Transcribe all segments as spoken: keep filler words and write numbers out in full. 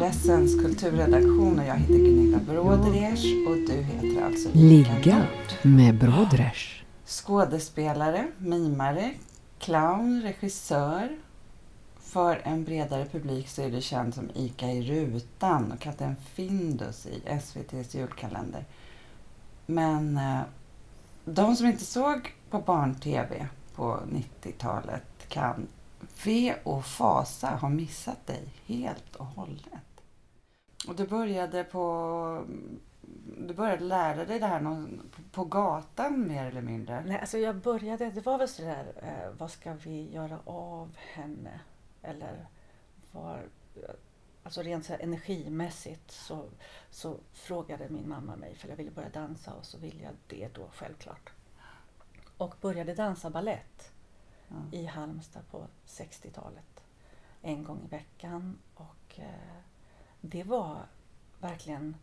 Expressens kulturredaktion och jag heter Gunilla Broders och du heter alltså Ligga med Broders. Skådespelare, mimare, clown, regissör. För en bredare publik så är det känd som Ica i rutan och katten Findus i S V T:s julkalender. Men eh, de som inte såg på barn-tv på nittiotalet kan ve och fasa ha missat dig helt och hållet. Och du började på du började lära dig det här någon, på gatan mer eller mindre. Nej, alltså jag började, det var väl sådär, eh, vad ska vi göra av henne? Eller var, alltså rent så här energimässigt så, så frågade min mamma mig för jag ville börja dansa och så ville jag det då självklart. Och började dansa ballett Ja. i Halmstad på sextiotalet. En gång i veckan och eh, det var verkligen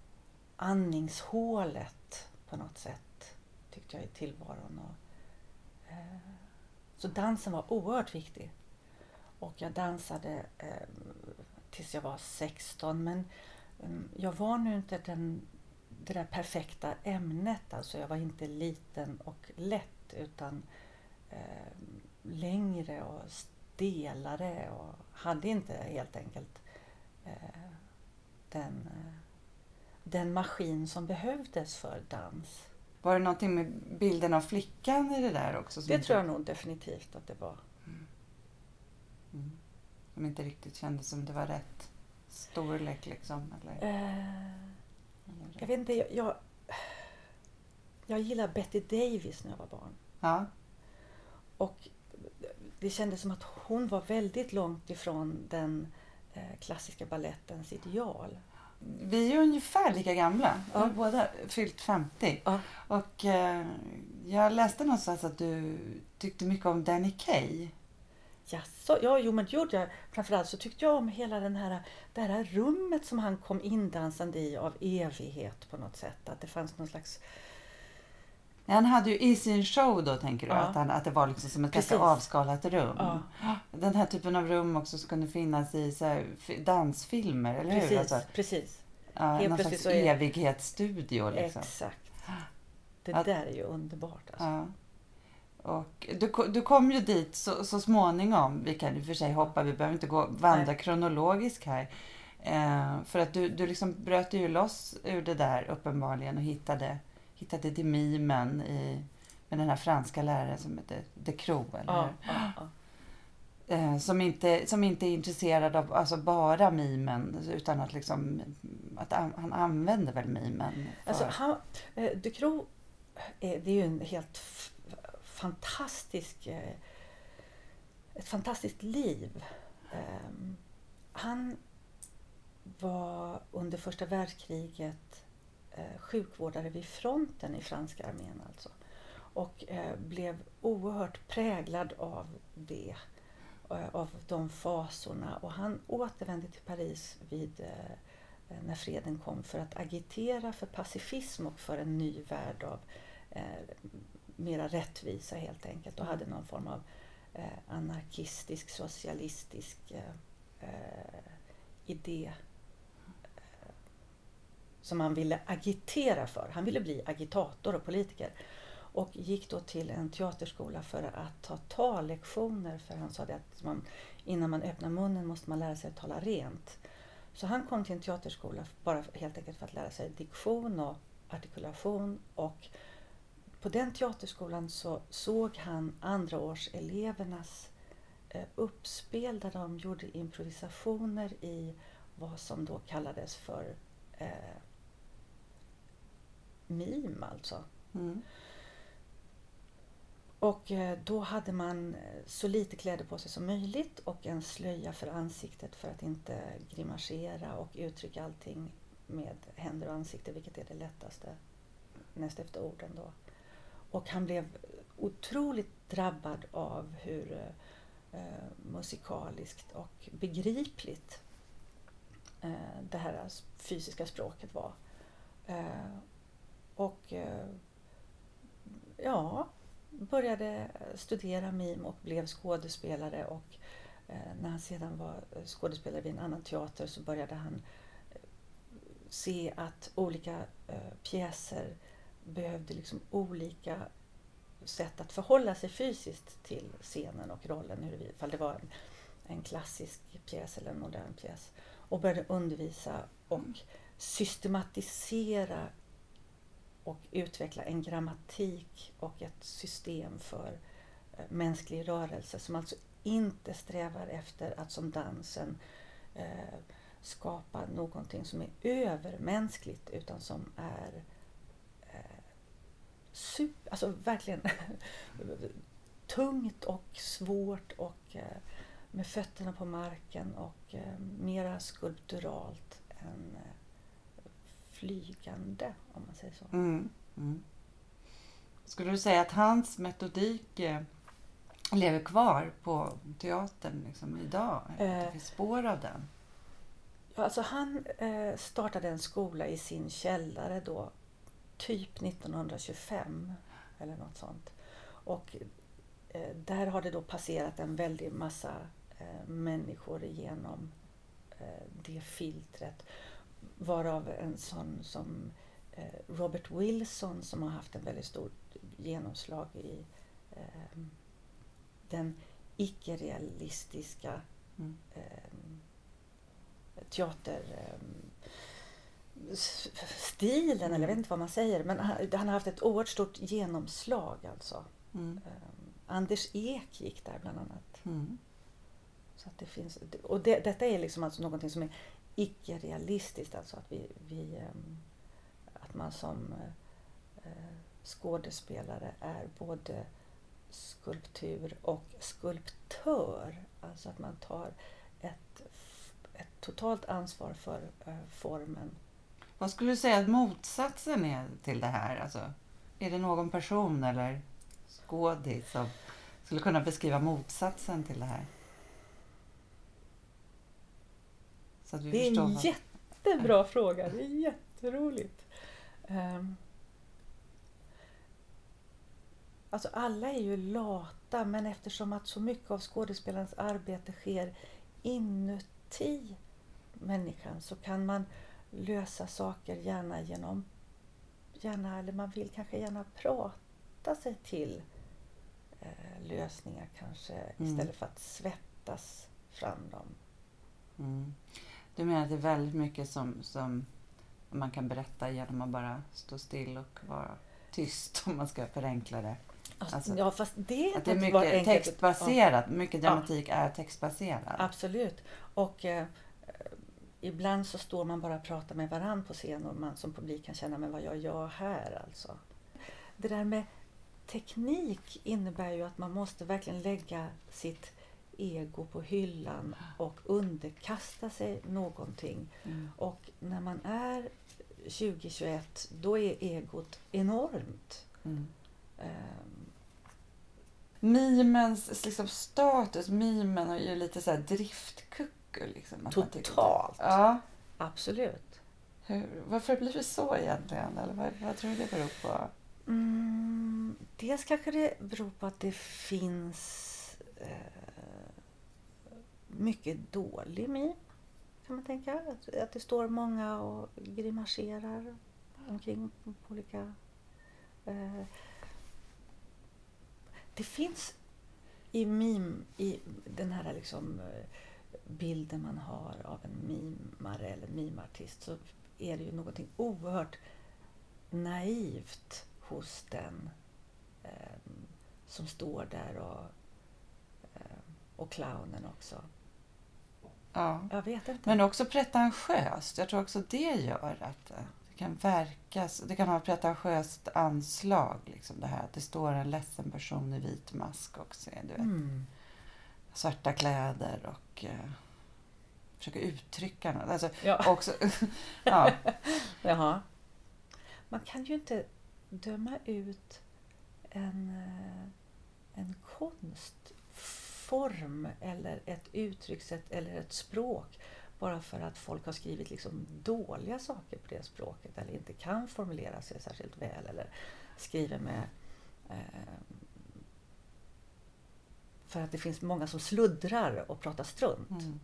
andningshålet på något sätt tyckte jag i tillvaron. Och, eh, så dansen var oerhört viktig. Och jag dansade eh, tills jag var sexton. Men eh, jag var nu inte den, det där perfekta ämnet. Alltså jag var inte liten och lätt utan eh, längre och stelare. Och hade inte helt enkelt eh, den, eh, den maskin som behövdes för dans. Var det någonting med bilden av flickan i det där också? Som Det inte, tror jag nog definitivt att det var. Mm. Som inte riktigt kändes som det var rätt storlek liksom? Eller? Eh, jag vet inte, jag, jag, jag gillar Betty Davis när jag var barn. Ja. Och det kändes som att hon var väldigt långt ifrån den eh, klassiska ballettens ideal. Vi är ju ungefär lika gamla. Ja. Vi har båda fyllt femtio. Ja. Och eh, jag läste någonstans att du tyckte mycket om Danny Kaye. Jaså, ja, jo men det gjorde jag. Framförallt så tyckte jag om hela den här, det här rummet som han kom indansande i av evighet på något sätt. Att det fanns någon slags... Han hade ju i sin show då, tänker du, Ja. att, han, att det var liksom som ett Precis. ganska avskalat rum. Ja. Den här typen av rum också som kunde finnas i så här, f- dansfilmer, eller hur? Precis, Alltså, precis. ja, Helt någon plötsligt slags så är- evighetsstudio liksom. Exakt. Det Att- där är ju underbart alltså. Ja. Och du, ko- du kom ju dit så, så småningom. Vi kan ju för sig hoppa, vi behöver inte gå vandra Nej. kronologiskt här. Eh, för att du, du liksom bröt ju loss ur det där uppenbarligen och hittade, hittade till mimen i, med den här franska läraren som heter De Croo, eller Ja, hur? ja, ja. Eh, som, inte, som inte är intresserad av alltså bara mimen utan att liksom att an, han använder väl mimen för, Alltså, han, eh, De Croo, eh, det är ju en helt f- fantastisk, eh, ett fantastiskt liv. Eh, han var under första världskriget eh, sjukvårdare vid fronten i franska armén alltså. Och eh, blev oerhört präglad av det, eh, av de fasorna. Och han återvände till Paris vid eh, när freden kom för att agitera för pacifism och för en ny värld av eh, mera rättvisa helt enkelt. Och hade någon form av eh, anarkistisk, socialistisk eh, eh, idé eh, som han ville agitera för. Han ville bli agitator och politiker. Och gick då till en teaterskola för att ta tallektioner. För han sa det att man, innan man öppnar munnen måste man lära sig att tala rent. Så han kom till en teaterskola bara helt enkelt för att lära sig diktion och artikulation. Och på den teaterskolan så såg han andraårselevernas eh, uppspel där de gjorde improvisationer i vad som då kallades för eh, mim alltså. Mm. Och eh, då hade man eh, så lite kläder på sig som möjligt och en slöja för ansiktet för att inte grimasera och uttrycka allting med händer och ansikte, vilket är det lättaste näst efter orden då. Och han blev otroligt drabbad av hur eh, musikaliskt och begripligt eh, det här fysiska språket var. Eh, och eh, ja... började studera mim och blev skådespelare och eh, när han sedan var skådespelare vid en annan teater så började han eh, se att olika eh, pjäser behövde liksom olika sätt att förhålla sig fysiskt till scenen och rollen, hur ifall det var en, en klassisk pjäs eller en modern pjäs, och började undervisa och systematisera och utveckla en grammatik och ett system för eh, mänsklig rörelse som alltså inte strävar efter att som dansen eh, skapa någonting som är övermänskligt utan som är eh, super, alltså verkligen tungt och svårt och eh, med fötterna på marken och eh, mera skulpturalt än eh, flygande, om man säger så. Mm. Mm. Skulle du säga att hans metodik eh, lever kvar på teatern liksom idag? Eh. Det finns spår av den? Ja, alltså han eh, startade en skola i sin källare då, typ nittonhundratjugofem eller något sånt. Och eh, där har det då passerat en väldig massa eh, människor igenom eh, det filtret. Varav en sån som eh, Robert Wilson som har haft en väldigt stor genomslag i eh, den icke-realistiska Mm. eh, teaterstilen, eh, eller jag vet inte vad man säger, men han, han har haft ett oerhört stort genomslag alltså. Mm. Eh, Anders Ek gick där bland annat. Mm. Så att det finns, och det, detta är liksom alltså någonting som är icke-realistiskt, alltså att vi, vi um, att man som uh, skådespelare är både skulptur och skulptör, alltså att man tar ett, ett totalt ansvar för uh, formen. Vad skulle du säga att motsatsen är till det här? Alltså, är det någon person eller skådis som skulle kunna beskriva motsatsen till det här? Så att vi det är en vad... jättebra fråga, det är jätteroligt. Um, alltså alla är ju lata, men eftersom att så mycket av skådespelarens arbete sker inuti människan så kan man lösa saker gärna genom, gärna, eller man vill kanske gärna prata sig till eh, lösningar kanske, mm. istället för att svettas fram dem. Mm. Du menar att det är väldigt mycket som, som man kan berätta genom att bara stå still och vara tyst, om man ska förenkla det? Alltså, ja, fast det, att det är mycket textbaserat, ja. Mycket dramatik ja. Är textbaserad. Absolut. Och eh, ibland så står man bara och pratar med varann på scen och man som publik kan känna, men vad gör jag här alltså? Det där med teknik innebär ju att man måste verkligen lägga sitt ego på hyllan och underkasta sig någonting. Mm. Och när man är tjugo tjugoett, då är egot enormt. Mm. Um. Mimens liksom status, mimen är ju lite så här driftkucku. Liksom, totalt. Ja. Absolut. Hur, varför blir det så egentligen? Eller vad, vad tror du det beror på? Mm, dels kanske det beror på att det finns eh, mycket dålig mim, kan man tänka. Att, att det står många och grimaserar omkring på olika... Eh, det finns i mim, i den här liksom bilden man har av en mimare eller mimartist, så är det ju någonting oerhört naivt hos den eh, som står där och, eh, och clownen också. Ja. Jag vet inte. Men också pretentiöst. Jag tror också det gör att det kan verka, det kan vara pretentiöst anslag, liksom det här att det står en ledsen person i vit mask också, du vet. Mm. Svarta kläder och eh, försöker uttrycka något. Alltså, ja. också, ja. Jaha. Man kan ju inte döma ut en, en konstform eller ett uttryckssätt eller ett språk bara för att folk har skrivit liksom dåliga saker på det språket eller inte kan formulera sig särskilt väl eller skriver med eh, för att det finns många som sluddrar och pratar strunt. Mm.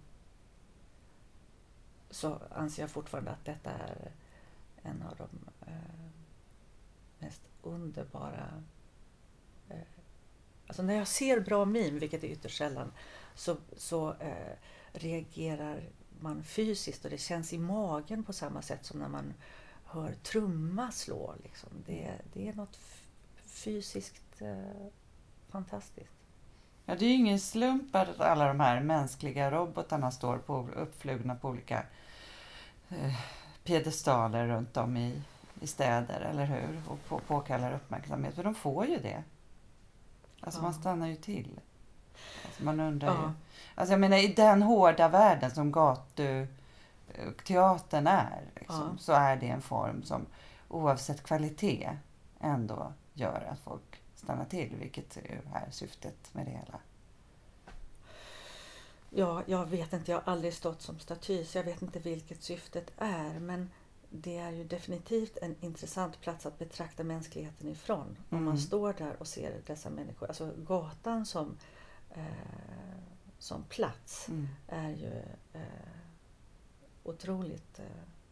Så anser jag fortfarande att detta är en av de eh, mest underbara... Eh, alltså när jag ser bra mim, vilket är ytterst sällan, så, så eh, reagerar man fysiskt och det känns i magen på samma sätt som när man hör trumma slå. Liksom. Det, det är något f- fysiskt eh, fantastiskt. Ja, det är ju ingen slump att alla de här mänskliga robotarna står på, uppflugna på olika eh, piedestaler runt om i, i städer, eller hur? Och på, påkallar uppmärksamhet, för de får ju det. Alltså Ja. man stannar ju till. Alltså man undrar Ja. ju. Alltså jag menar, i den hårda världen som gatuteatern är, liksom, Ja. så är det en form som oavsett kvalitet ändå gör att folk stannar till, vilket är här syftet med det hela. Ja, jag vet inte, jag har aldrig stått som staty så jag vet inte vilket syftet är, men det är ju definitivt en intressant plats att betrakta mänskligheten ifrån. Mm. Om man står där och ser dessa människor, alltså gatan som, eh, som plats Mm. är ju eh, otroligt eh,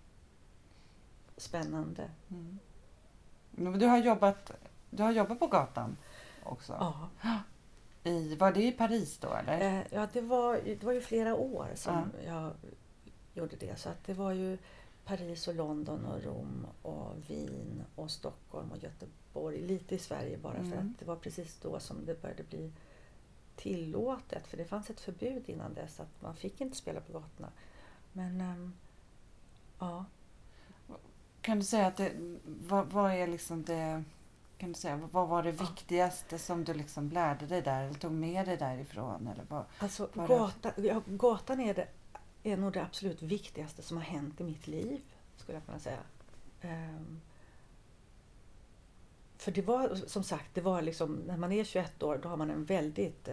spännande. Mm. Men du har jobbat, du har jobbat på gatan också? Ja. I, var det i Paris då eller? Eh, ja, det var, det var ju flera år som Ja. jag gjorde det. Så att det var ju Paris och London och Rom och Wien och Stockholm och Göteborg. Lite i Sverige bara Mm. för att det var precis då som det började bli tillåtet. För det fanns ett förbud innan dess att man fick inte spela på gatorna. Men ehm, ja. Kan du säga att det, vad, vad är liksom det, kan du säga, vad var det viktigaste som du liksom lärde dig där eller tog med dig därifrån? Eller vad, Alltså vad gata, ja, gatan är, det, är nog det absolut viktigaste som har hänt i mitt liv, skulle jag kunna säga. Um, för det var, som sagt, det var liksom, när man är tjugoett år, då har man en väldigt uh,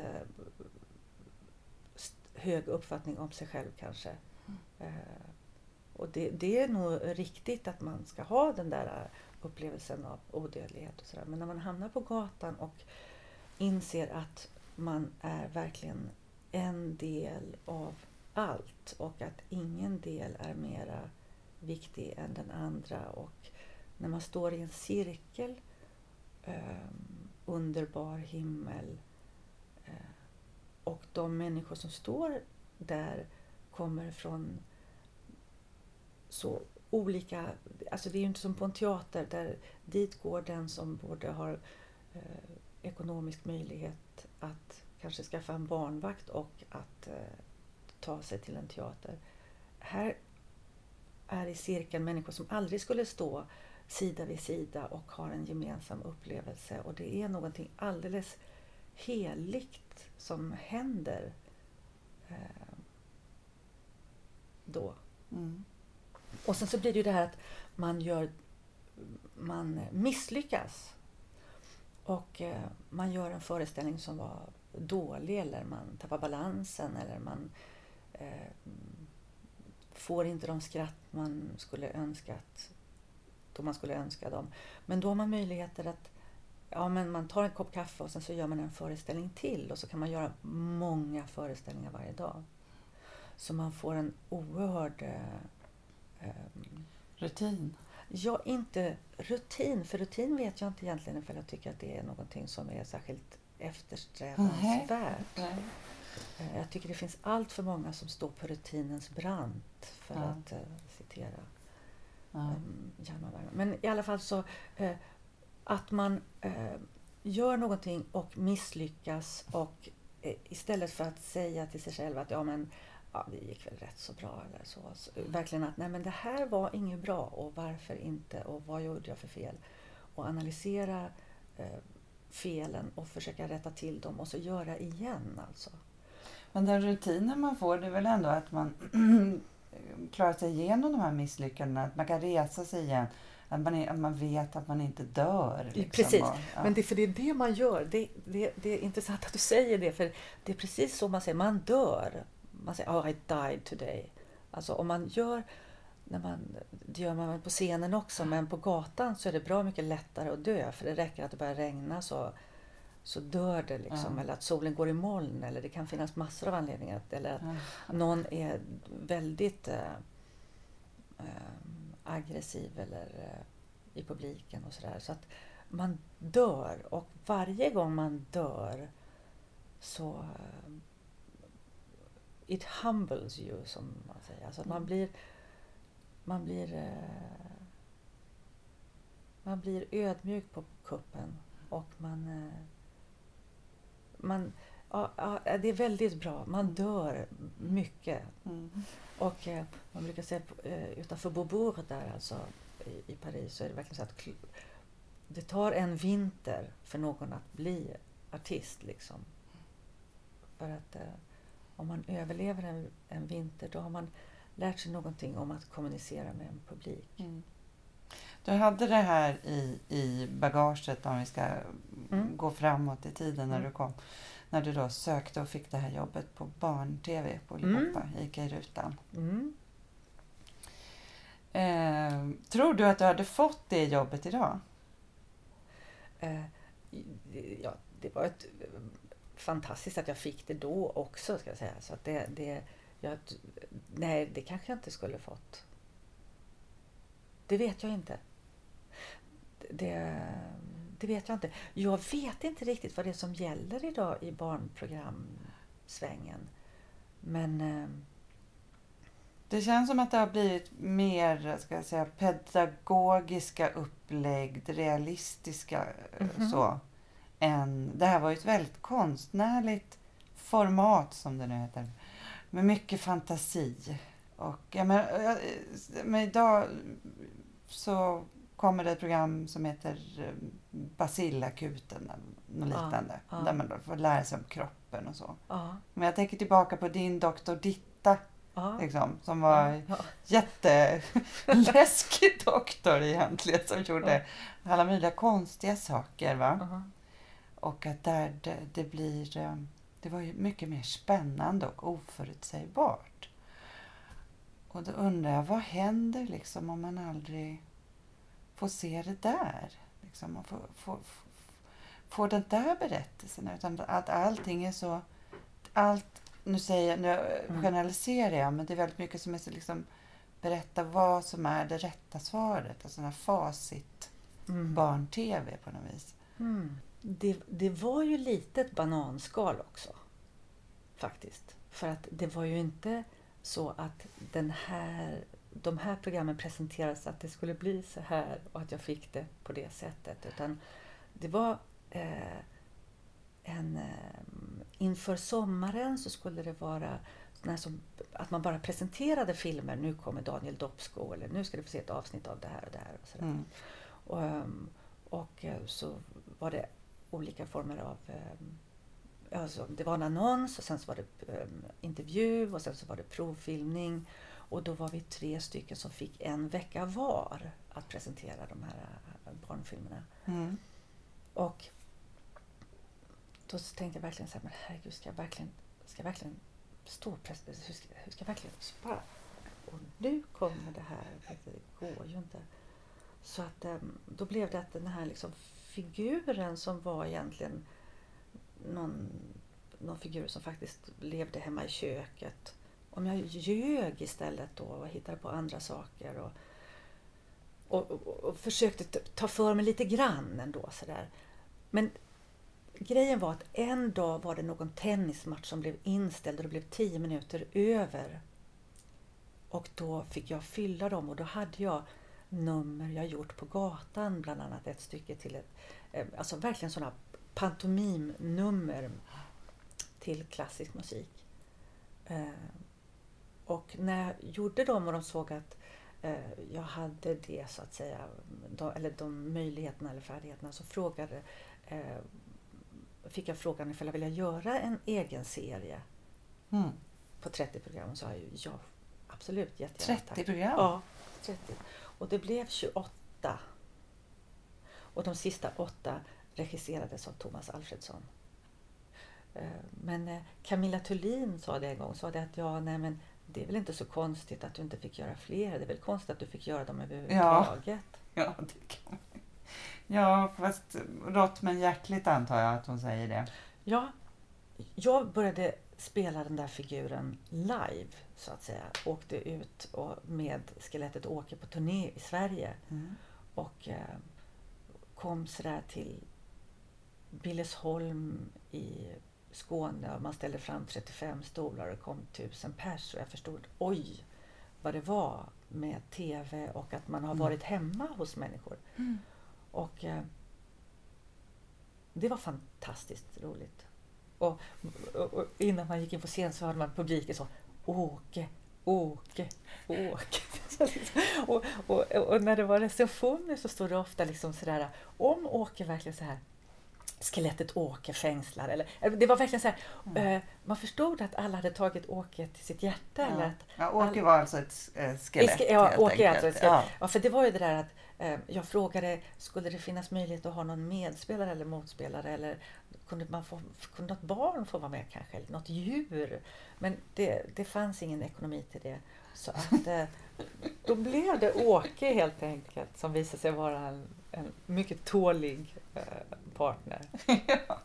hög uppfattning om sig själv kanske. Mm. Uh, och det, det är nog riktigt att man ska ha den där upplevelsen av odödlighet och sådär. Men när man hamnar på gatan och inser att man är verkligen en del av allt och att ingen del är mera viktig än den andra, och när man står i en cirkel, eh, underbar himmel, eh, och de människor som står där kommer från så olika, alltså det är ju inte som på en teater där dit går den som både har eh, ekonomisk möjlighet att kanske skaffa en barnvakt och att eh, ta sig till en teater. Här är i cirkeln människor som aldrig skulle stå sida vid sida och har en gemensam upplevelse, och det är någonting alldeles heligt som händer eh, då. Mm. Och sen så blir det ju det här att man gör, man misslyckas och eh, man gör en föreställning som var dålig, eller man tappar balansen, eller man eh, får inte de skratt man skulle önskat då man skulle önska dem. Men då har man möjligheter att, ja, men man tar en kopp kaffe och sen så gör man en föreställning till, och så kan man göra många föreställningar varje dag. Så man får en oerhörd eh, Um, rutin? Ja, inte rutin. För rutin vet jag inte egentligen ifall jag tycker att det är någonting som är särskilt eftersträvansvärt. Mm. Uh, jag tycker det finns allt för många som står på rutinens brant, för ja. att uh, citera ja. um, Hjalmar Bergman. Men i alla fall så uh, att man uh, gör någonting och misslyckas, och uh, istället för att säga till sig själv att ja men ja, det gick väl rätt så bra eller så. så. Verkligen att nej, men det här var inget bra, och varför inte, och vad gjorde jag för fel? Och analysera eh, felen och försöka rätta till dem, och så göra igen alltså. Men den rutinen man får, det är väl ändå att man klarar sig igenom de här misslyckandena, att man kan resa sig igen, att man, är, att man vet att man inte dör. Liksom. Precis, och, ja. men det, för det är det man gör. Det, det, det är intressant att du säger det, för det är precis så man säger, man dör. Man säger, oh I died today. Alltså om man gör, när man, det gör man på scenen också, men på gatan så är det bra mycket lättare att dö, för det räcker att det börjar regna så så dör det liksom. Ja. Eller att solen går i moln. Eller det kan finnas massor av anledningar. Eller att Ja. någon är väldigt eh, eh, aggressiv eller eh, i publiken och sådär. Så att man dör. Och varje gång man dör så eh, it humbles you, som man säger. Alltså att man blir man blir eh, man blir ödmjuk på kuppen och man eh, man ja, ja, det är väldigt bra. Man dör mycket. Mm. Och eh, man brukar säga eh, utanför Beaubourg där alltså i, i Paris så är det verkligen så att kl- det tar en vinter för någon att bli artist liksom. För att eh, om man överlever en, en vinter då har man lärt sig någonting om att kommunicera med en publik. Mm. Du hade det här i, i bagaget om vi ska Mm. gå framåt i tiden när Mm. du kom. När du då sökte och fick det här jobbet på barn-tv på Lipopa, Ica i rutan. Mm. Eh, tror du att du hade fått det jobbet idag? Eh, ja, det var ett eh, fantastiskt att jag fick det då också, ska jag säga. Så att det, det, jag, nej, det kanske jag inte skulle fått. Det vet jag inte. Det, det vet jag inte. Jag vet inte riktigt vad det är som gäller idag i barnprogramsvängen. Men eh, Det känns som att det har blivit mer, ska jag säga, pedagogiska upplägg, realistiska eh, Mhm. så. Än, det här var ju ett väldigt konstnärligt format som det nu heter. Med mycket fantasi. Och ja, men, ja, men idag så kommer det ett program som heter eh, Basilakuten eller något Ja, liknande. ja. Där man då får lära sig om kroppen och så. ja, Men jag tänker tillbaka på din doktor Ditta. ja. Liksom, som var ja. jätteläskig doktor egentligen. Som gjorde alla möjliga konstiga saker. Va? Ja. Och att där det, det blir... eh, Det var ju mycket mer spännande och oförutsägbart. Och då undrar jag, vad händer liksom om man aldrig får se det där? Liksom, och får, får, får den där berättelsen. Utan att allting är så... Allt, nu säger jag, nu Mm. generaliserar jag, men det är väldigt mycket som är så liksom... Berätta vad som är det rätta svaret. Alltså sådana facit Mm. barn-tv på något vis. Mm. Det, det var ju lite ett bananskal också. Faktiskt. För att det var ju inte så att den här, de här programmen presenterades att det skulle bli så här och att jag fick det på det sättet. Utan det var eh, en... Eh, inför sommaren så skulle det vara såna som, att man bara presenterade filmer. Nu kommer Daniel Dobsko eller nu ska du få se ett avsnitt av det här och det här. Och sådär. Mm. Och, um, och uh, så var det olika former av... Um, alltså, det var en annons och sen så var det um, intervju och sen så var det provfilmning. Och då var vi tre stycken som fick en vecka var att presentera de här uh, barnfilmerna. Mm. Och då tänkte jag verkligen så här, men herregud, ska jag verkligen, ska jag verkligen stå och presentera? Hur ska, hur ska jag verkligen bara... Och nu kommer det här, det går ju inte. Så att um, då blev det att den här liksom figuren som var egentligen någon, någon figur som faktiskt levde hemma i köket. Om jag ljög istället då och hittade på andra saker och, och, och, och försökte t- ta för mig lite grann ändå sådär. Men grejen var att en dag var det någon tennismatch som blev inställd och det blev tio minuter över. Och då fick jag fylla dem och då hade jag nummer jag gjort på gatan, bland annat ett stycke till ett, alltså verkligen sådana pantomimnummer till klassisk musik. Och när jag gjorde dem och de såg att jag hade det så att säga, eller de möjligheterna eller färdigheterna, så frågade, fick jag frågan ifall jag ville göra en egen serie Mm. på trettio program och sa jag ja, absolut, jättegärna. trettio program? Ja, trettio. Och det blev tjugoåtta. Och de sista åtta regisserades av Thomas Alfredsson. Men Camilla Thulin sa det en gång, sa det att ja, nej men det är väl inte så konstigt att du inte fick göra fler. Det är väl konstigt att du fick göra dem överhuvudtaget. Ja, det kan man. Ja, fast rått men hjärtligt antar jag att hon säger det. Ja, jag började spela den där figuren live så att säga. Åkte ut och med Skelettet Åke på turné i Sverige. Mm. Och eh, kom sådär till Billesholm i Skåne och man ställde fram trettiofem stolar och kom tusen pers och jag förstod, oj vad det var med tv och att man har varit hemma hos människor. Mm. Och eh, det var fantastiskt roligt. Och, och, och innan man gick in på scen så hörde man publiken så, Åke, Åke, Åke. och, och, och när det var recensioner så stod det ofta liksom sådär, om Åke verkligen så här, skelettet Åke fängslar. Eller, det var verkligen så här, mm. eh, man förstod att alla hade tagit Åke till sitt hjärta. Ja. Eller att Ja, Åke all... var alltså ett äh, skelett. Ja, Åke alltså ett skelett. Ja. Ja, för det var ju det där att eh, jag frågade, skulle det finnas möjlighet att ha någon medspelare eller motspelare eller kunde, man få, kunde något barn få vara med kanske, eller något djur. Men det, det fanns ingen ekonomi till det. Så att eh, då blev det Åke helt enkelt som visade sig vara en, en mycket tålig eh, partner. Ja.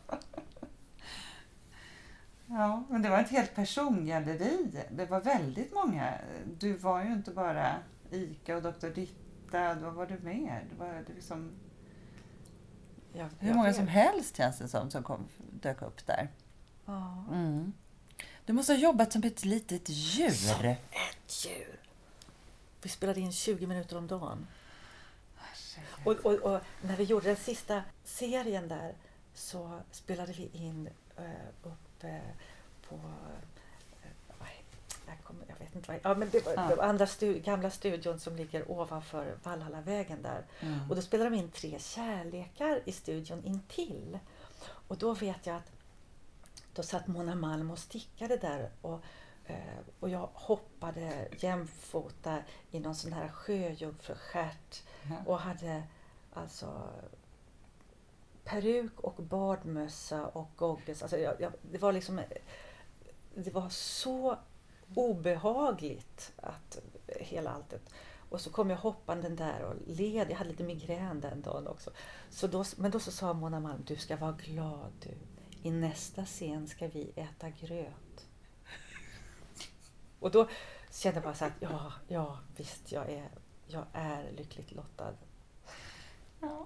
Ja, men det var ett helt persongalleri. Det var väldigt många. Du var ju inte bara Ica och doktor Ditta. Vad var du mer? Det var liksom Jag, hur jag många vet. som helst känns det som som kom, dök upp där. Ja. Mm. Du måste ha jobbat som ett litet djur. Som ett djur. Vi spelade in tjugo minuter om dagen. Och, och, och när vi gjorde den sista serien där så spelade vi in uh, upp uh, på uh, jag, kommer, jag vet inte vad ja, men det var, ja. det var andra stu, gamla studion som ligger ovanför Valhallavägen där. Mm. Och då spelade de in tre kärlekar i studion intill. Och då vet jag att då satt Mona Malm och stickade där och och jag hoppade jämfota i någon sån här sjöjungfrustjärt och hade alltså peruk och badmössa och goggles. Alltså jag, jag, det var liksom det var så obehagligt att hela alltet. Och så kom jag hoppande där och led. Jag hade lite migrän den dagen också. Så då, men då så sa Mona Malm, du ska vara glad du. I nästa scen ska vi äta gröt. Och då kände jag bara så att ja, ja visst, jag är, jag är lyckligt lottad. Ja.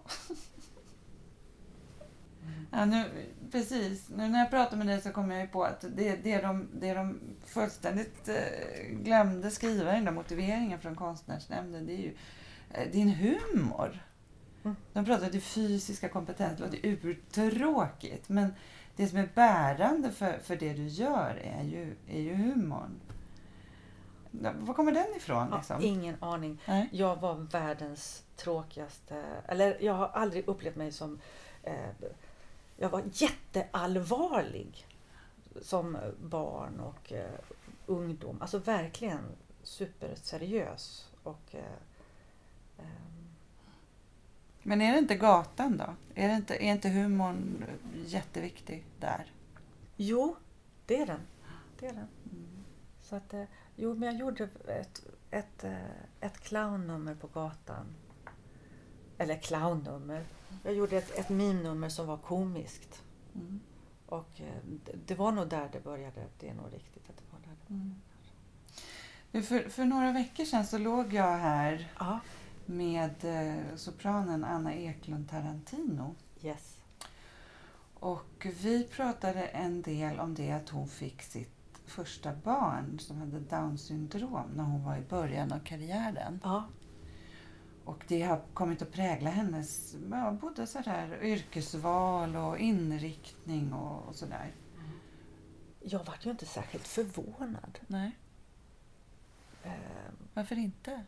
Mm. Ja, nu, precis. Nu när jag pratar med dig så kommer jag ju på att det, det, de, det de fullständigt eh, glömde skriva i den där motiveringen från konstnärsnämnden, det är ju eh, din humor. Mm. De pratar om det fysiska kompetens, det låter urtråkigt, men det som är bärande för, för det du gör är ju, är ju humorn. Var kommer den ifrån? Liksom? Ja, ingen aning. Nej. Jag var världens tråkigaste, eller jag har aldrig upplevt mig som eh, jag var jätteallvarlig som barn och eh, ungdom. Alltså verkligen superseriös. Och, eh, eh. Men är det inte gatan då? Är, det inte, är inte humorn jätteviktig där? Jo, det är den. Det är den. Mm. Så att, eh, jo, men jag gjorde ett, ett, ett clownnummer på gatan. Eller clownnummer. Jag gjorde ett, ett meme-nummer som var komiskt. Mm. Och det, det var nog där det började. Det är nog riktigt att det var där det mm. för, för några veckor sedan så låg jag här ja. med eh, sopranen Anna Eklund Tarantino. Yes. Och vi pratade en del om det att hon fick sitt första barn som hade Down syndrom när hon var i början av karriären. Ja. Och det har kommit att prägla hennes ja, både så där, yrkesval och inriktning och, och sådär. Mm. Jag var ju inte särskilt förvånad. Nej. Um, Varför inte?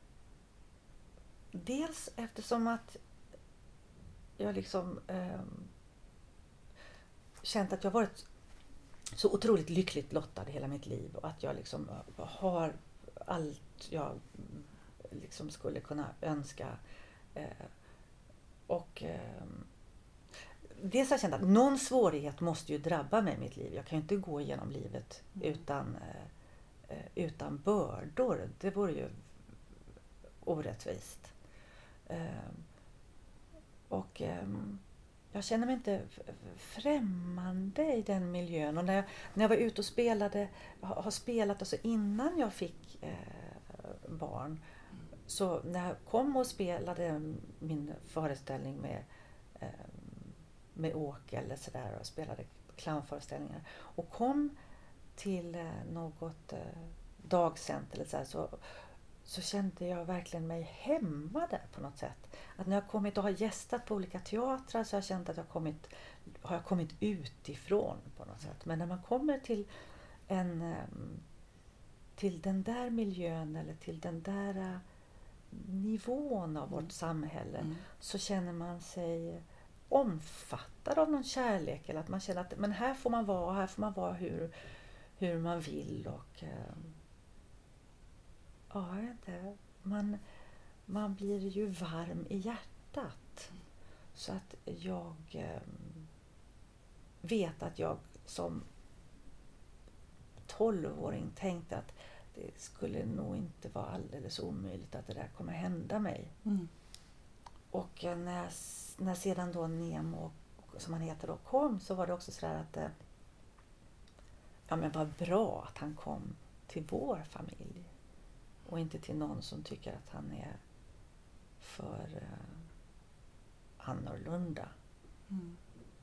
Dels eftersom att jag liksom um, känt att jag varit så otroligt lyckligt lottad hela mitt liv och att jag liksom har allt jag liksom skulle kunna önska. Eh, och eh, dels har jag känt att någon svårighet måste ju drabba mig i mitt liv. Jag kan ju inte gå igenom livet utan, eh, utan bördor. Det vore ju orättvist. Eh, och eh, jag känner mig inte främmande i den miljön. Och när jag, när jag var ute och spelade, har spelat alltså innan jag fick eh, barn. Så när jag kom och spelade min föreställning med, eh, med Åke eller sådär och spelade clownföreställningar. Och kom till eh, något eh, dagcenter eller så, här, så så kände jag verkligen mig hemma där på något sätt. Att när jag kommit och har gästat på olika teatrar så har jag känt att jag kommit, har jag kommit utifrån på något sätt. Men när man kommer till en till den där miljön eller till den där nivån av vårt mm. samhälle mm. så känner man sig omfattad av någon kärlek. Eller att man känner att men här får man vara, här får man vara hur, hur man vill. Och ja, jag vet inte. Man, man blir ju varm i hjärtat. Så att jag eh, vet att jag som tolvåring tänkte att det skulle nog inte vara alldeles omöjligt att det där kommer hända mig. Mm. Och eh, när, jag, när sedan då Nemo, som han heter då, kom, så var det också sådär att eh, ja men vad bra att han kom till vår familj. Och inte till någon som tycker att han är för uh, annorlunda. Mm.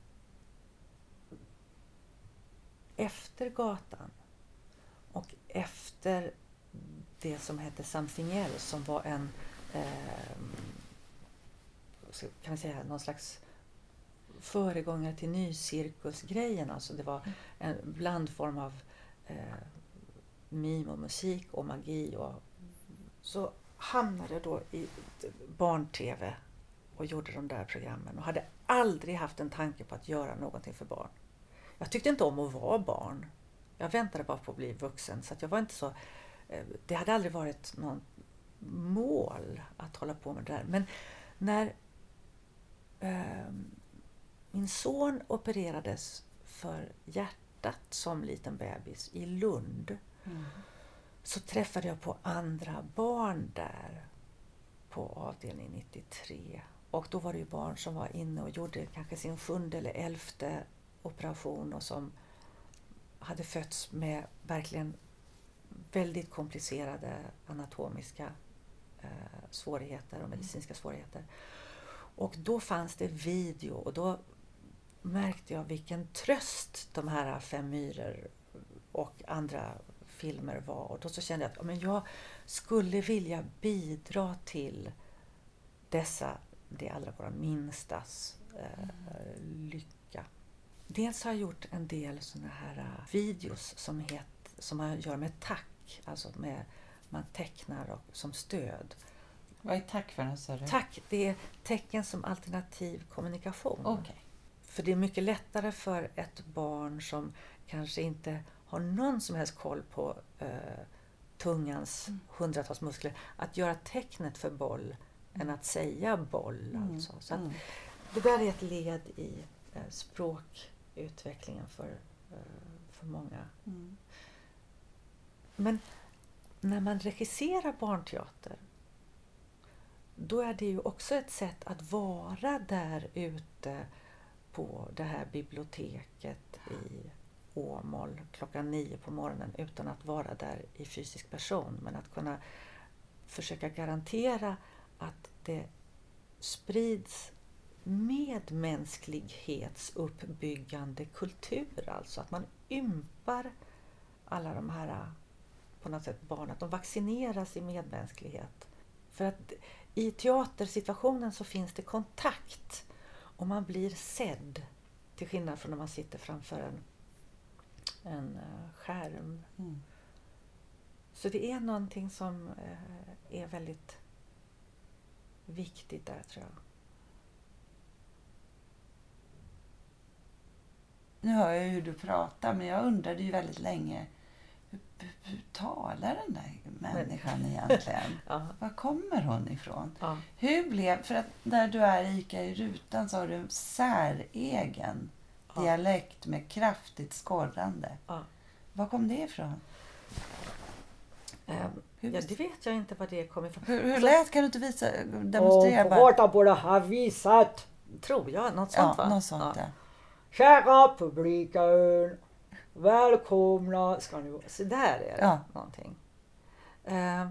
Efter gatan och efter det som hette Something Else, som var en eh, kan vi säga någon slags föregångare till nycirkusgrejen. Alltså det var en blandform av eh, mim och musik och magi, och så hamnade jag då i barn-tv och gjorde de där programmen och hade aldrig haft en tanke på att göra någonting för barn. Jag tyckte inte om att vara barn. Jag väntade bara på att bli vuxen, så att jag var inte så, det hade aldrig varit någon mål att hålla på med det där. Men när eh, min son opererades för hjärtat som liten bebis i Lund, mm. så träffade jag på andra barn där på avdelning nittiotre. Och då var det ju barn som var inne och gjorde kanske sin sjunde eller elfte operation och som hade fötts med verkligen väldigt komplicerade anatomiska eh, svårigheter och medicinska svårigheter. Och då fanns det video och då märkte jag vilken tröst de här Fem myror och andra filmer var. Och då så kände jag att men jag skulle vilja bidra till dessa, det allra våra minstas eh, lycka. Dels har jag gjort en del såna här uh, videos som, het, som man gör med tack. Alltså med, man tecknar och, som stöd. Vad är tack för något, sa du? Tack, det är tecken som alternativ kommunikation. Okay. För det är mycket lättare för ett barn som kanske inte har någon som helst koll på uh, tungans mm. hundratals muskler att göra tecknet för boll mm. än att säga boll. Mm. Alltså. Så att, mm. det där är ett led i uh, språkutvecklingen för, uh, för många. Mm. Men när man regisserar barnteater, då är det ju också ett sätt att vara där ute på det här biblioteket i Åmål klockan nio på morgonen utan att vara där i fysisk person, men att kunna försöka garantera att det sprids medmänsklighetsuppbyggande kultur, alltså att man ympar alla de här på något sätt barn, att de vaccineras i medmänsklighet. För att i teatersituationen så finns det kontakt och man blir sedd, till skillnad från när man sitter framför en, en skärm. Mm. Så det är någonting som är väldigt viktigt där, tror jag. Nu hör jag hur du pratar, men jag undrade ju väldigt länge, hur, hur talar den där människan egentligen? Ja. Var kommer hon ifrån? Ja. Hur blev, för att där du är i Ica i rutan så har du en säregen ja. dialekt med kraftigt skorrande. Ja. Var kom det ifrån? Um, hur, ja, det vet jag inte vad det kommer ifrån. Hur, hur lät, kan du inte visa, demonstrera bara? Och vart borde ha visat tror jag. Något sånt, ja, va? något sånt, ja. Ja. Kära publiken, välkomna ska ni vara. Så där är det Ja. någonting. Uh,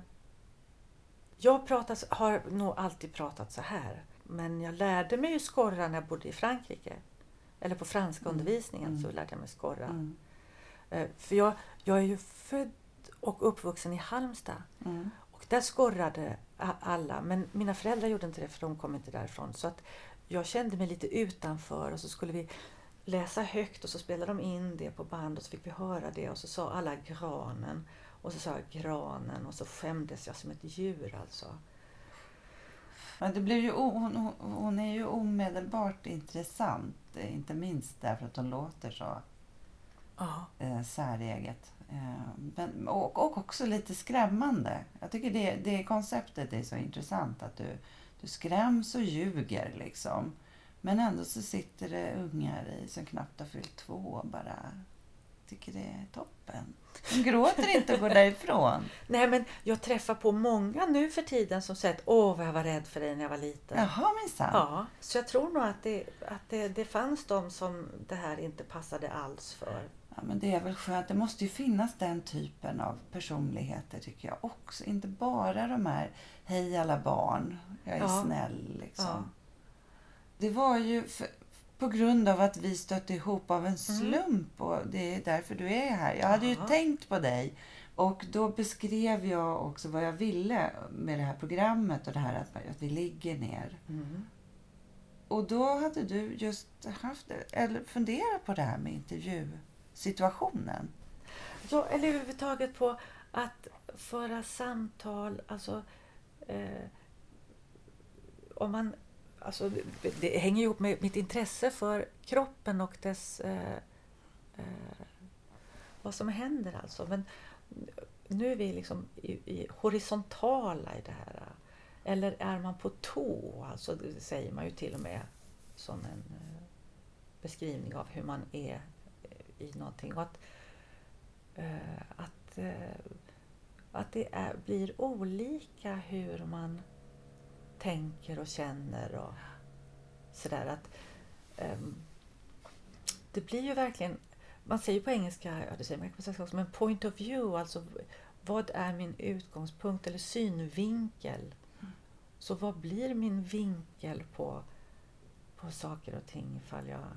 jag pratar, har nog alltid pratat så här. Men jag lärde mig ju skorra när jag bodde i Frankrike. Eller på franska Mm. undervisningen Mm. så lärde jag mig skorra. Mm. Uh, för jag, jag är ju född och uppvuxen i Halmstad. Mm. Och där skorrade alla. Men mina föräldrar gjorde inte det för de kom inte därifrån. Så att jag kände mig lite utanför och så skulle vi läsa högt och så spelade de in det på band och så fick vi höra det och så sa alla granen och så sa jag granen och så skämdes jag som ett djur alltså. Men det blev ju, hon, hon är ju omedelbart intressant, inte minst därför att hon låter så Ja. eh, säreget. Eh, men, och, och också lite skrämmande. Jag tycker det, det konceptet är så intressant att du, du skräms och ljuger liksom. Men ändå så sitter det ungar i som knappt har fyllt två och bara tycker det är toppen. De gråter inte och går därifrån. Nej, men jag träffar på många nu för tiden som säger att åh vad jag var rädd för dig när jag var liten. Jaha, minsann. Ja, så jag tror nog att, det, att det, det fanns de som det här inte passade alls för. Ja, men det är väl skönt. Det måste ju finnas den typen av personligheter tycker jag också. Inte bara de här hej alla barn, jag är Ja. snäll liksom. Ja. Det var ju för, på grund av att vi stötte ihop av en slump och det är därför du är här. Jag hade ju Ja. tänkt på dig och då beskrev jag också vad jag ville med det här programmet och det här att, att vi ligger ner. Mm. Och då hade du just haft eller funderat på det här med intervjusituationen. Ja, eller överhuvudtaget på att föra samtal, alltså eh, om man, alltså det, det hänger ihop med mitt intresse för kroppen och dess eh, eh, vad som händer alltså. Men nu är vi liksom i, i horisontala i det här. Eller är man på tå, alltså det säger man ju till och med som en eh, beskrivning av hur man är i någonting. Och att Uh, att, uh, att det är, blir olika hur man tänker och känner och sådär. Att, um, det blir ju verkligen, man säger på engelska, ja det säger man på svenska också, men point of view, alltså vad är min utgångspunkt eller synvinkel? Mm. Så vad blir min vinkel på, på saker och ting ifall jag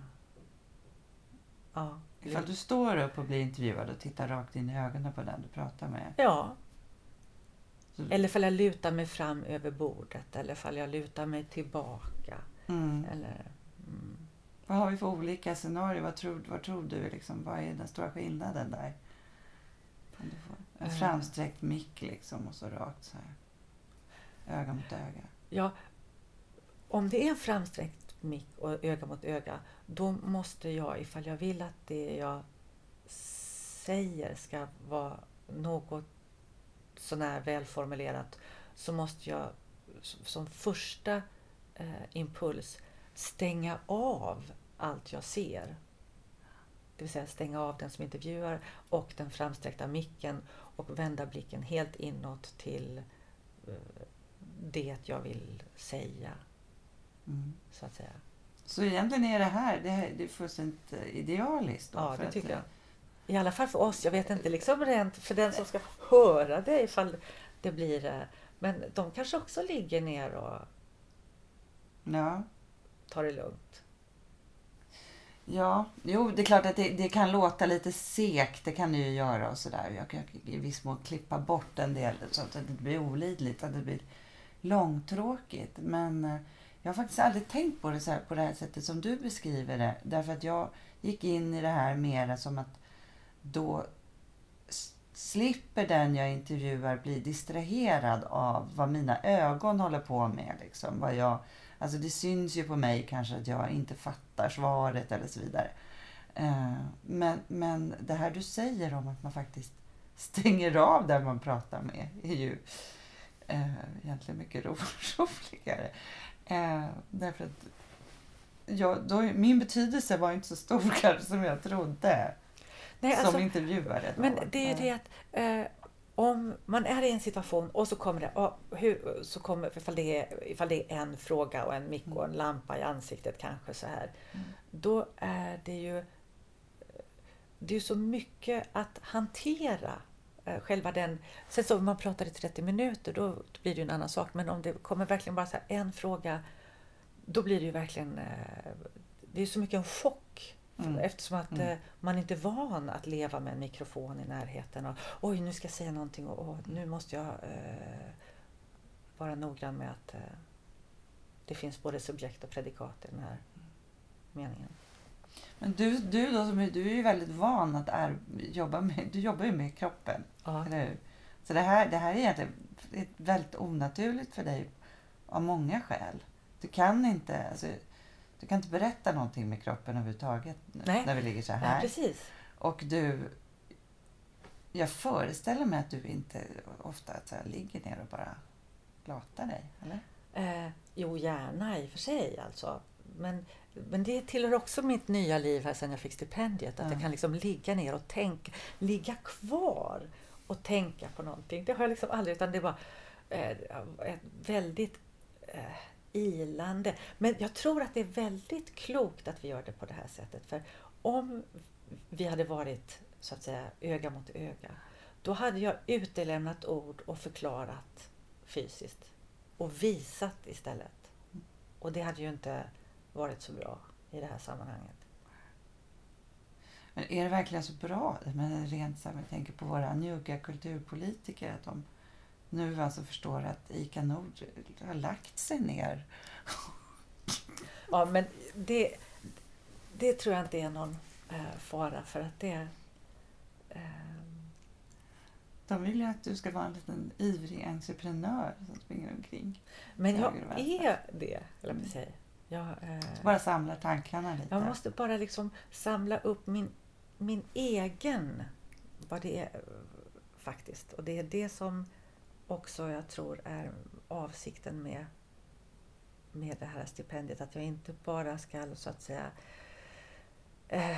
ja. Ifall du står upp och blir intervjuad och tittar rakt in i ögonen på den du pratar med. Ja. Så... Eller ifall jag lutar mig fram över bordet. Eller ifall jag lutar mig tillbaka. Mm. Eller, mm. Vad har vi för olika scenarier? Vad tror, vad tror du? Liksom, vad är den stora skillnaden där? Om du får en framsträckt mick liksom och så rakt så här. Öga mot öga. Ja, om det är en framsträckt mick och öga mot öga, då måste jag, ifall jag vill att det jag säger ska vara något sånär välformulerat, så måste jag som första eh, impuls stänga av allt jag ser. Det vill säga stänga av den som intervjuar och den framsträckta micken och vända blicken helt inåt till eh, det jag vill säga. Mm. Så att säga. Så egentligen är det här, det, här, det är fullständigt idealiskt. Då, Ja, för det tycker att, jag. I alla fall för oss. Jag vet inte liksom rent för den som ska höra det ifall det blir. Men de kanske också ligger ner och ja. tar det lugnt. Ja, jo det är klart att det, det kan låta lite sekt, det kan det ju göra och sådär. Jag kan i viss mån klippa bort en del så att det inte blir olidligt, att det blir långtråkigt. Men jag har faktiskt aldrig tänkt på det så här, på det här sättet som du beskriver det. Därför att jag gick in i det här mer som att då slipper den jag intervjuar bli distraherad av vad mina ögon håller på med. Liksom. Vad jag, alltså det syns ju på mig kanske att jag inte fattar svaret eller så vidare. Men, men det här du säger om att man faktiskt stänger av där man pratar med är ju egentligen mycket roligare. Eh, därför att ja, då, min betydelse var inte så stor kanske som jag trodde. Nej, som alltså, intervjuare. Då. Men det är ju det att eh, om man är i en situation och så kommer det, oh, hur, så kommer, ifall det, är, ifall det är en fråga och en mick och en lampa i ansiktet kanske så här. Mm. Då är det ju det är ju så mycket att hantera eh, själva den. Sen så om man pratar i trettio minuter då blir det ju en annan sak. Men om det kommer verkligen bara så här en fråga, då blir det ju verkligen eh, det är så mycket en chock. Mm. Eftersom att mm. eh, man inte är van att leva med en mikrofon i närheten. Och, oj, nu ska jag säga någonting och, och nu måste jag eh, vara noggrann med att eh, det finns både subjekt och predikat i den här meningen. Men du, du, då, du är ju väldigt van att är, jobba med, du jobbar ju med kroppen, ja. Eller hur? Så det här, det här är egentligen väldigt onaturligt för dig av många skäl. Du kan inte, alltså, du kan inte berätta någonting med kroppen överhuvudtaget. Nej. När vi ligger så här. Ja, precis. Och du, jag föreställer mig att du inte ofta så här, ligger ner och bara latar dig, eller? Eh, jo, gärna i och för sig alltså. Men, men det tillhör också mitt nya liv här sedan jag fick stipendiet. Att ja. jag kan liksom ligga ner och tänka, ligga kvar och tänka på någonting. Det har jag liksom aldrig, utan det var eh, ett väldigt eh, ilande. Men jag tror att det är väldigt klokt att vi gör det på det här sättet. För om vi hade varit så att säga öga mot öga, då hade jag utelämnat ord och förklarat fysiskt. Och visat istället. Och det hade ju inte varit så bra i det här sammanhanget. Men är det verkligen så bra? Men rent så här, jag tänker på våra njugga kulturpolitiker, att de nu alltså förstår att ICA Nord har lagt sig ner. Ja, men det, det tror jag inte är någon eh, fara, för att det eh, de vill ju att du ska vara en liten ivrig entreprenör som springer omkring. Men jag är det, eller vad säger. Jag eh, bara samla tankarna lite. Jag måste bara liksom samla upp min, min egen, vad det är faktiskt. Och det är det som också jag tror är avsikten med, med det här stipendiet. Att jag inte bara ska så att säga eh,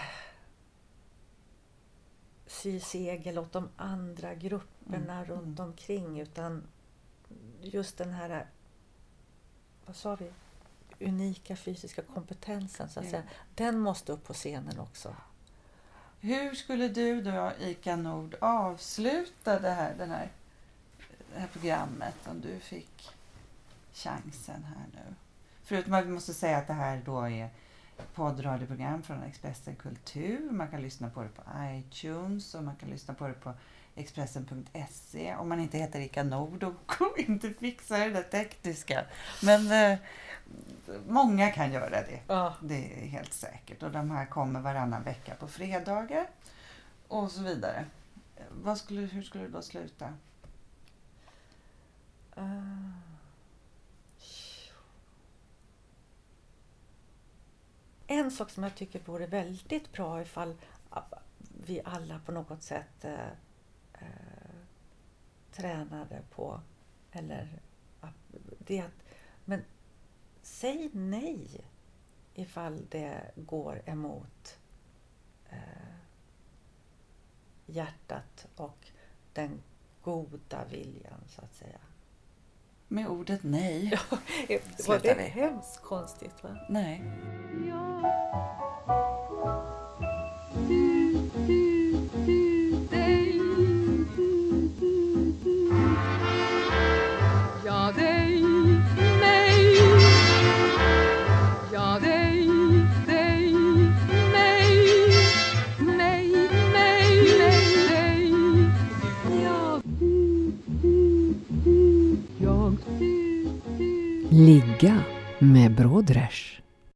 sy segel åt de andra grupperna mm. runt omkring, utan just den här, vad sa vi, unika fysiska kompetensen så att ja. säga, den måste upp på scenen också. Hur skulle du då, ICA Nord, avsluta det här, den här, det här programmet om du fick chansen här nu? Förutom att vi måste säga att det här då är poddradioprogram från Expressen Kultur. Man kan lyssna på det på iTunes och man kan lyssna på det på Expressen punkt se. Om man inte heter ICA Nord och inte fixar det där tekniska. Men eh, många kan göra det. Ja. Det är helt säkert. Och de här kommer varannan vecka på fredagar och så vidare. Vad skulle, hur skulle du då sluta? Uh. En sak som jag tycker vore väldigt bra ifall vi alla på något sätt eh, eh, tränade på, eller det att, men säg nej ifall det går emot eh, hjärtat och den goda viljan så att säga. Med ordet nej. Ja, det var det hemskt konstigt, va? Nej. Ja, du, du, du, dig, du, du, du. Ja, dig, mig. Ja, dig, dig, mig. Mig, mig, mig, dig. Ja, du, du, du. Jag, du, du. Ligga med Brodresch.